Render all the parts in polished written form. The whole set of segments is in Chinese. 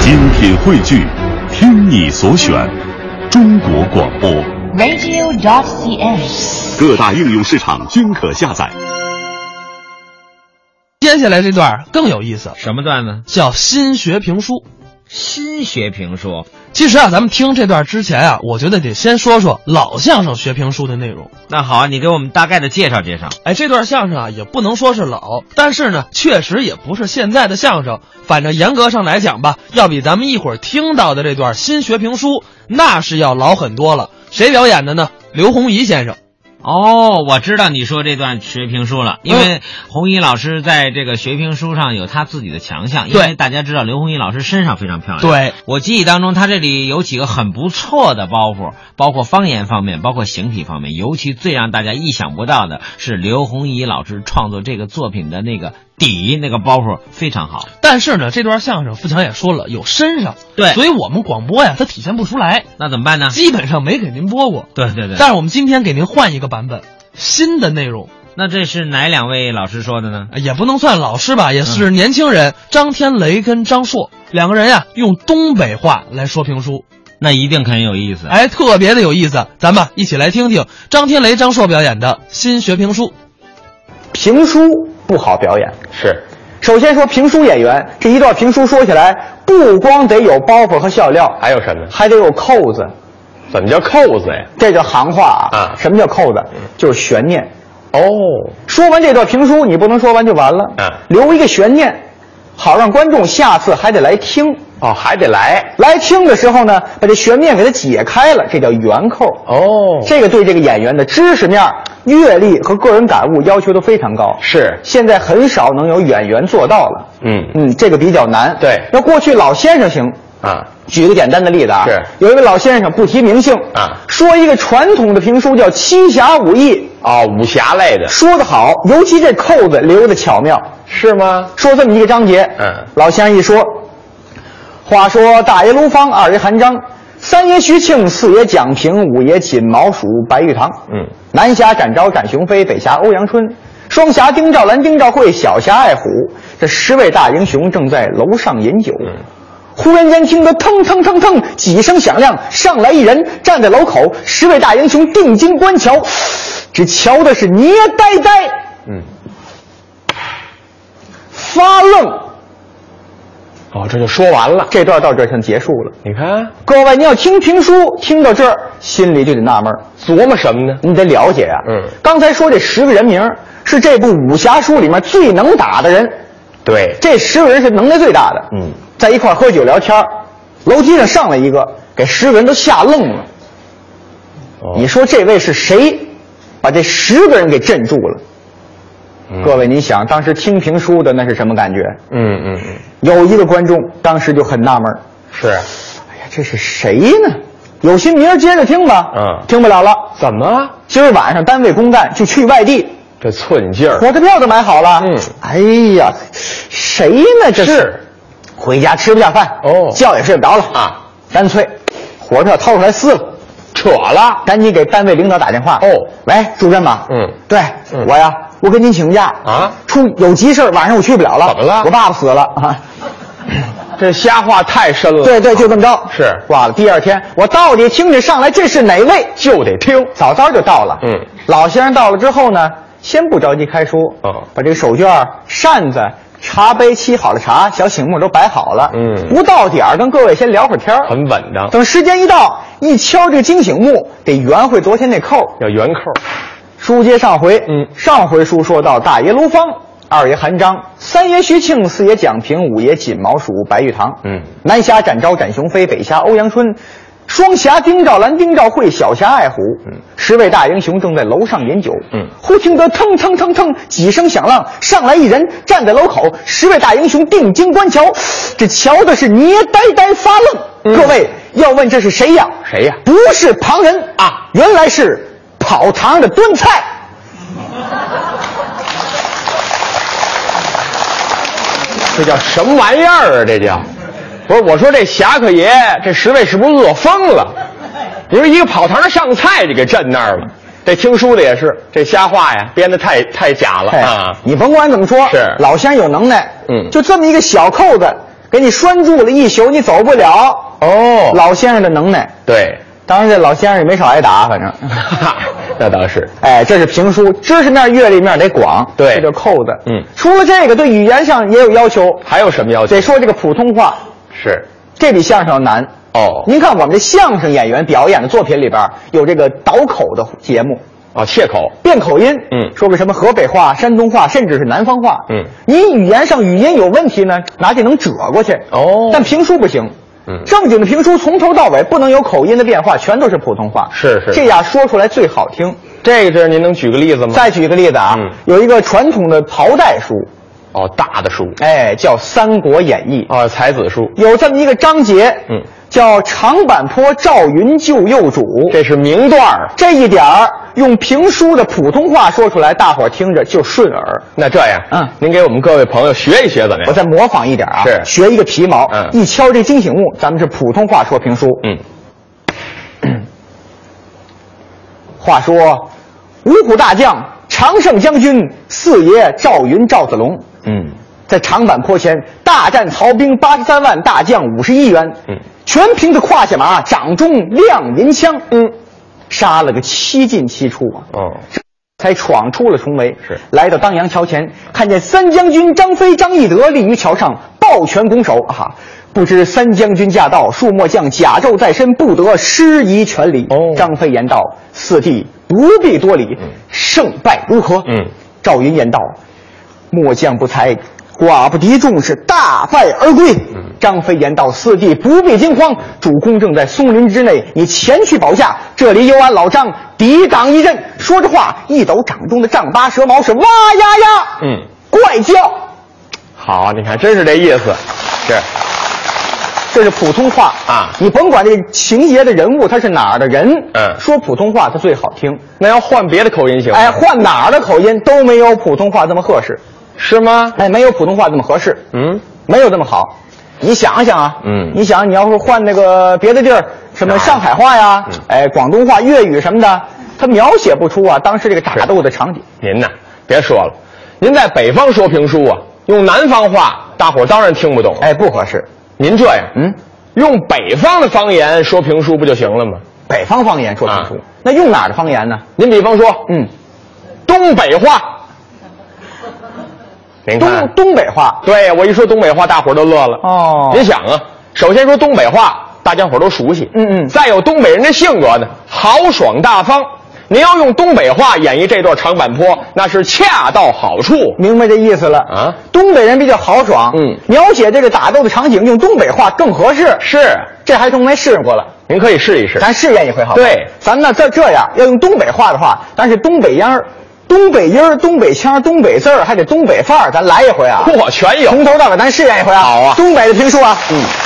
精品汇聚，听你所选，中国广播 radio.cn， 各大应用市场均可下载。 接下来这段更有意思， 什么段呢？ 叫新学评书。 新学评书， 其实啊，咱们听这段之前啊，我觉得得先说说老相声学评书的内容。 那好啊，你给我们大概的介绍介绍。 这段相声啊，也不能说是老，但是呢，确实也不是现在的相声。反正严格上来讲吧，要比咱们一会儿听到的这段新学评书，那是要老很多了。谁表演的呢？刘洪仪先生。 哦，我知道你说这段学评书了，因为洪仪老师在这个学评书上有他自己的强项，因为大家知道刘洪仪老师身上非常漂亮。 对， 我记忆当中他这里有几个很不错的包袱，包括方言方面，包括形体方面，尤其最让大家意想不到的是刘洪仪老师创作这个作品的那个底，那个包袱非常好。 但是呢，这段相声富强也说了有身上， 对， 所以我们广播呀它体现不出来， 那怎么办呢？ 基本上没给您播过。 对对对， 但是我们今天给您换一个版本，新的内容。 那这是哪两位老师说的呢？ 也不能算老师吧，也是年轻人，张天雷跟张硕两个人呀，用东北话来说评书， 那一定很有意思。 特别的有意思。咱们一起来听听张天雷、张硕表演的新学评书。 评书不好表演， 是。 首先说评书演员，这一段评书说起来，不光得有包袱和笑料， 还有什么？ 还得有扣子。 怎么叫扣子呀？ 这叫行话啊。 什么叫扣子？就是悬念。 哦， 说完这段评书，你不能说完就完了，留一个悬念，好让观众下次还得来听。 哦，还得来听的时候呢，把这悬念给它解开了，这叫圆扣。 哦， 这个对这个演员的知识面、阅历和个人感悟要求都非常高。 是， 现在很少能有演员做到了。这个比较难。 对， 要过去老先生行啊。 举一个简单的例子啊， 是有一位老先生不提名姓啊， 说一个传统的评书叫《七侠五义》。 哦，武侠类的， 说得好，尤其这扣子留得巧妙。 是吗？ 说这么一个章节，老先生一说，话说大爷卢芳，二爷韩章，三爷徐庆，四爷蒋平，五爷锦毛鼠白玉堂。南侠展昭展雄飞，北侠欧阳春，双侠丁兆兰丁兆慧，小侠爱虎。这10位大英雄正在楼上饮酒。忽然间听得腾腾腾腾几声响亮，上来一人站在楼口，10位大英雄定睛观瞧，只瞧的是捏呆呆，发愣。 哦，这就说完了， 这段到这儿就结束了。 你看， 各位，你要听评书，听到这儿，心里就得纳闷， 琢磨什么呢？ 你得了解啊。刚才说这10个人名是这部武侠书里面最能打的人。 对， 这10个人是能耐最大的。在一块喝酒聊天，楼梯上上来一个，给10个人都吓愣了。你说这位是谁，把这10个人给镇住了？各位，你想当时听评书的那是什么感觉？有一个观众当时就很纳闷， 是， 哎呀，这是谁呢？有心明儿接着听吧。听不了了。 怎么？ 今儿晚上单位公干就去外地， 这寸劲儿， 火车票都买好了。哎呀，谁呢？这是回家吃不下饭，觉也睡不着了啊！干脆火车票掏出来撕了， 扯了， 赶紧给单位领导打电话。喂，主任吧。对，我呀，我跟您请假啊，有急事，晚上我去不了了。 怎么了？ 我爸爸死了啊！ 这瞎话太深了。 对，就这么着。 是挂了。第二天，我到底听着上来这是哪位， 就得听。 早早就到了。老先生到了之后呢，先不着急开书，把这个手绢、扇子、茶杯沏好了茶，小醒目都摆好了。不到点儿跟各位先聊会儿天， 很稳当。 等时间一到，一敲这个惊醒目，得圆回昨天那扣， 要圆扣。 书接上回，上回书说到大爷卢芳，二爷韩章，三爷徐庆，四爷蒋平，五爷锦毛鼠白玉堂。南侠展昭展雄飞，北侠欧阳春，双侠丁兆兰丁兆慧，小侠爱虎。10位大英雄正在楼上饮酒。忽听得腾腾腾腾几声响亮，上来一人站在楼口，10位大英雄定睛观瞧，这瞧的是捏呆呆发愣。各位要问这是谁呀？ 谁呀？ 不是旁人啊，原来是跑堂的端菜。 这叫什么玩意儿啊？这叫，不是，我说这侠客爷这10位是不是饿疯了？你说一个跑堂的上菜就给震那儿了。这听书的也是，这瞎话呀编得太假了啊！ 你甭管怎么说， 是老先生有能耐，就这么一个小扣子， 给你拴住了一宿，你走不了。 哦， 老先生的能耐。 对， 当然这老先生也没少挨打，反正。 那倒是。 哎，这是评书，知识面、阅历面得广。 对， 这就扣子。除了这个，对语言上也有要求。 还有什么要求？ 得说这个普通话。 是。 这比相声要难。 哦。 您看我们这相声演员表演的作品里边有这个倒口的节目。 切口变口音，说个什么河北话、山东话，甚至是南方话，你语言上语音有问题呢，拿这能遮过去。哦，但评书不行，正经的评书从头到尾不能有口音的变化，全都是普通话。 是， 这样说出来最好听。 这个您能举个例子吗？ 再举个例子啊，有一个传统的袍带书， 大的书， 叫《三国演义》 才子书， 有这么一个章节，叫长坂坡赵云救幼主， 这是名段。 这一点用评书的普通话说出来，大伙儿听着就顺耳。 那这样，您给我们各位朋友学一学怎么样？ 我再模仿一点啊， 是学一个皮毛，一敲这惊醒木，咱们是普通话说评书。话说，五虎大将常胜将军四爷赵云赵子龙，在长坂坡前大战曹兵83万，大将51员，全凭着胯下马，掌中亮银枪，杀了个7进7出啊！才闯出了重围， 是来到当阳桥前，看见三将军张飞、张翼德立于桥上，抱拳拱手啊！不知三将军驾到，数末将甲胄在身，不得失仪全礼。张飞言道：“四弟不必多礼，胜败如何？”赵云言道：“末将不才。寡不敌众，是大败而归。”张飞言道：“四弟不必惊慌，主公正在松林之内，你前去保驾，这里有俺老张抵挡一阵。”说着话，一抖掌中的丈八蛇矛，是哇呀呀，怪叫。 好，你看，真是这意思， 这是普通话啊！你甭管这个情节的人物他是哪儿的人，说普通话他最好听。 那要换别的口音行吗？ 换哪儿的口音都没有普通话这么合适。 是吗？ 没有普通话这么合适，没有这么好。你想想啊，你想你要是换那个别的地儿，什么上海话呀，广东话、粤语什么的，他描写不出啊当时这个打斗的场景。 您呐，别说了，您在北方说评书啊，用南方话，大伙儿当然听不懂， 不合适。 您这样，用北方的方言说评书不就行了吗？ 北方方言说评书，那用哪儿的方言呢？ 您比方说，东北话。您看东北话， 对，我一说东北话，大伙儿都乐了。您想啊，首先说东北话，大家伙儿都熟悉。再有东北人的性格呢，豪爽大方。您要用东北话演绎这段长坂坡，那是恰到好处。 明白这意思了啊？东北人比较豪爽，描写这个打斗的场景用东北话更合适。 是， 这还从没试过了。 您可以试一试， 咱试验一回好吧？ 对， 咱呢这样要用东北话的话，但是东北音儿、东北音儿、东北腔、东北字儿，还得东北范儿，咱来一回啊！ 嚯，全有， 从头到尾咱试验一回啊！ 好啊， 东北的评书啊，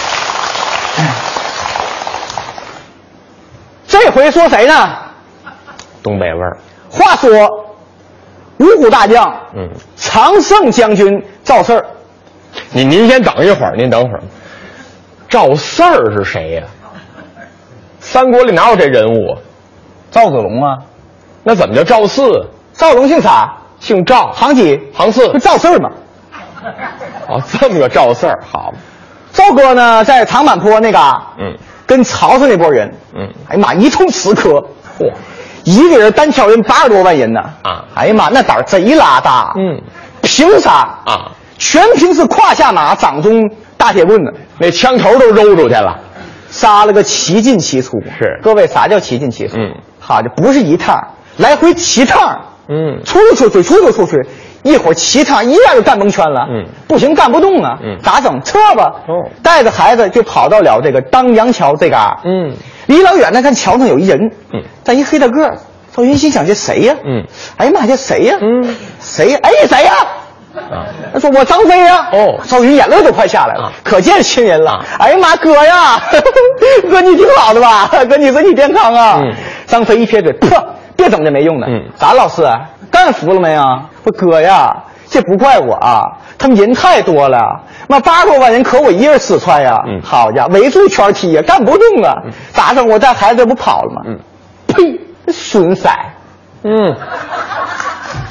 这回说谁呢？ 东北味儿。 话说，五虎大将，常胜将军赵四儿。 您先等一会儿，您等会儿。赵四儿是谁呀？三国里哪有这人物啊？ 赵子龙啊。 那怎么叫赵四？ 赵龙姓啥？ 姓赵， 行几？ 行四。 不赵四儿吗？ 这么个赵四儿，好。 赵哥呢，在长坂坡那个，跟曹操那波人，哎呀妈，一通死磕，一个人单挑人80多万人呢，哎呀妈，那胆儿贼拉大，凭啥啊？全凭是胯下马，掌中大铁棍子， 那枪头都揉出去了， 杀了个7进7出。 是， 各位啥叫7进7出？好，这不是一趟，来回7趟，出出去，一会儿7趟，一下就干蒙圈了，不行，干不动啊，咋整？撤吧，带着孩子就跑到了这个当阳桥这嘎，离老远呢，看桥上有一人，在一黑大个儿，赵云心想这谁呀？哎呀妈，这谁呀？谁呀？哎，谁呀？他说我张飞呀。赵云眼泪都快下来了，可见亲人了。哎呀妈，哥呀，哥你挺好的吧？哥你身体健康啊。张飞一撇嘴，噗，别整这没用的。咋老师干服了没啊？说哥呀，这不怪我啊，他们人太多了，妈80多万人可我一人死穿呀。好家伙，围住圈踢呀，干不动啊。咋整？我带孩子不跑了吗？呸，损色。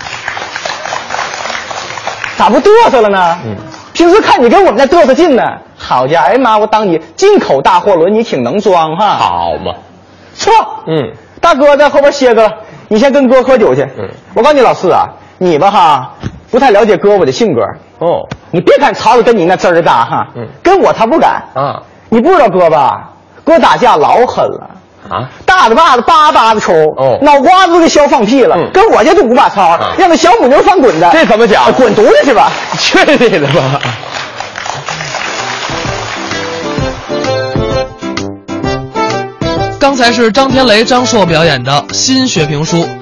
咋不嘚瑟了呢？平时看你跟我们那嘚瑟劲呢， 好家伙，哎妈，我当你进口大货轮，你挺能装哈。 好嘛， 错，大哥在后边歇着了，你先跟哥喝酒去。我告诉你老四啊，你吧哈，不太了解哥我的性格。 哦， 你别看曹子跟你那滋儿大哈，跟我他不敢啊。 你不知道哥吧？哥打架老狠了。 啊， 大嘴巴子叭叭的抽，脑瓜子都给削放屁了，跟我这5把操，让那小母牛翻滚的， 这怎么讲？ 滚犊子去吧！ 去你的吧！ 刚才是张天雷、张硕表演的新学评书。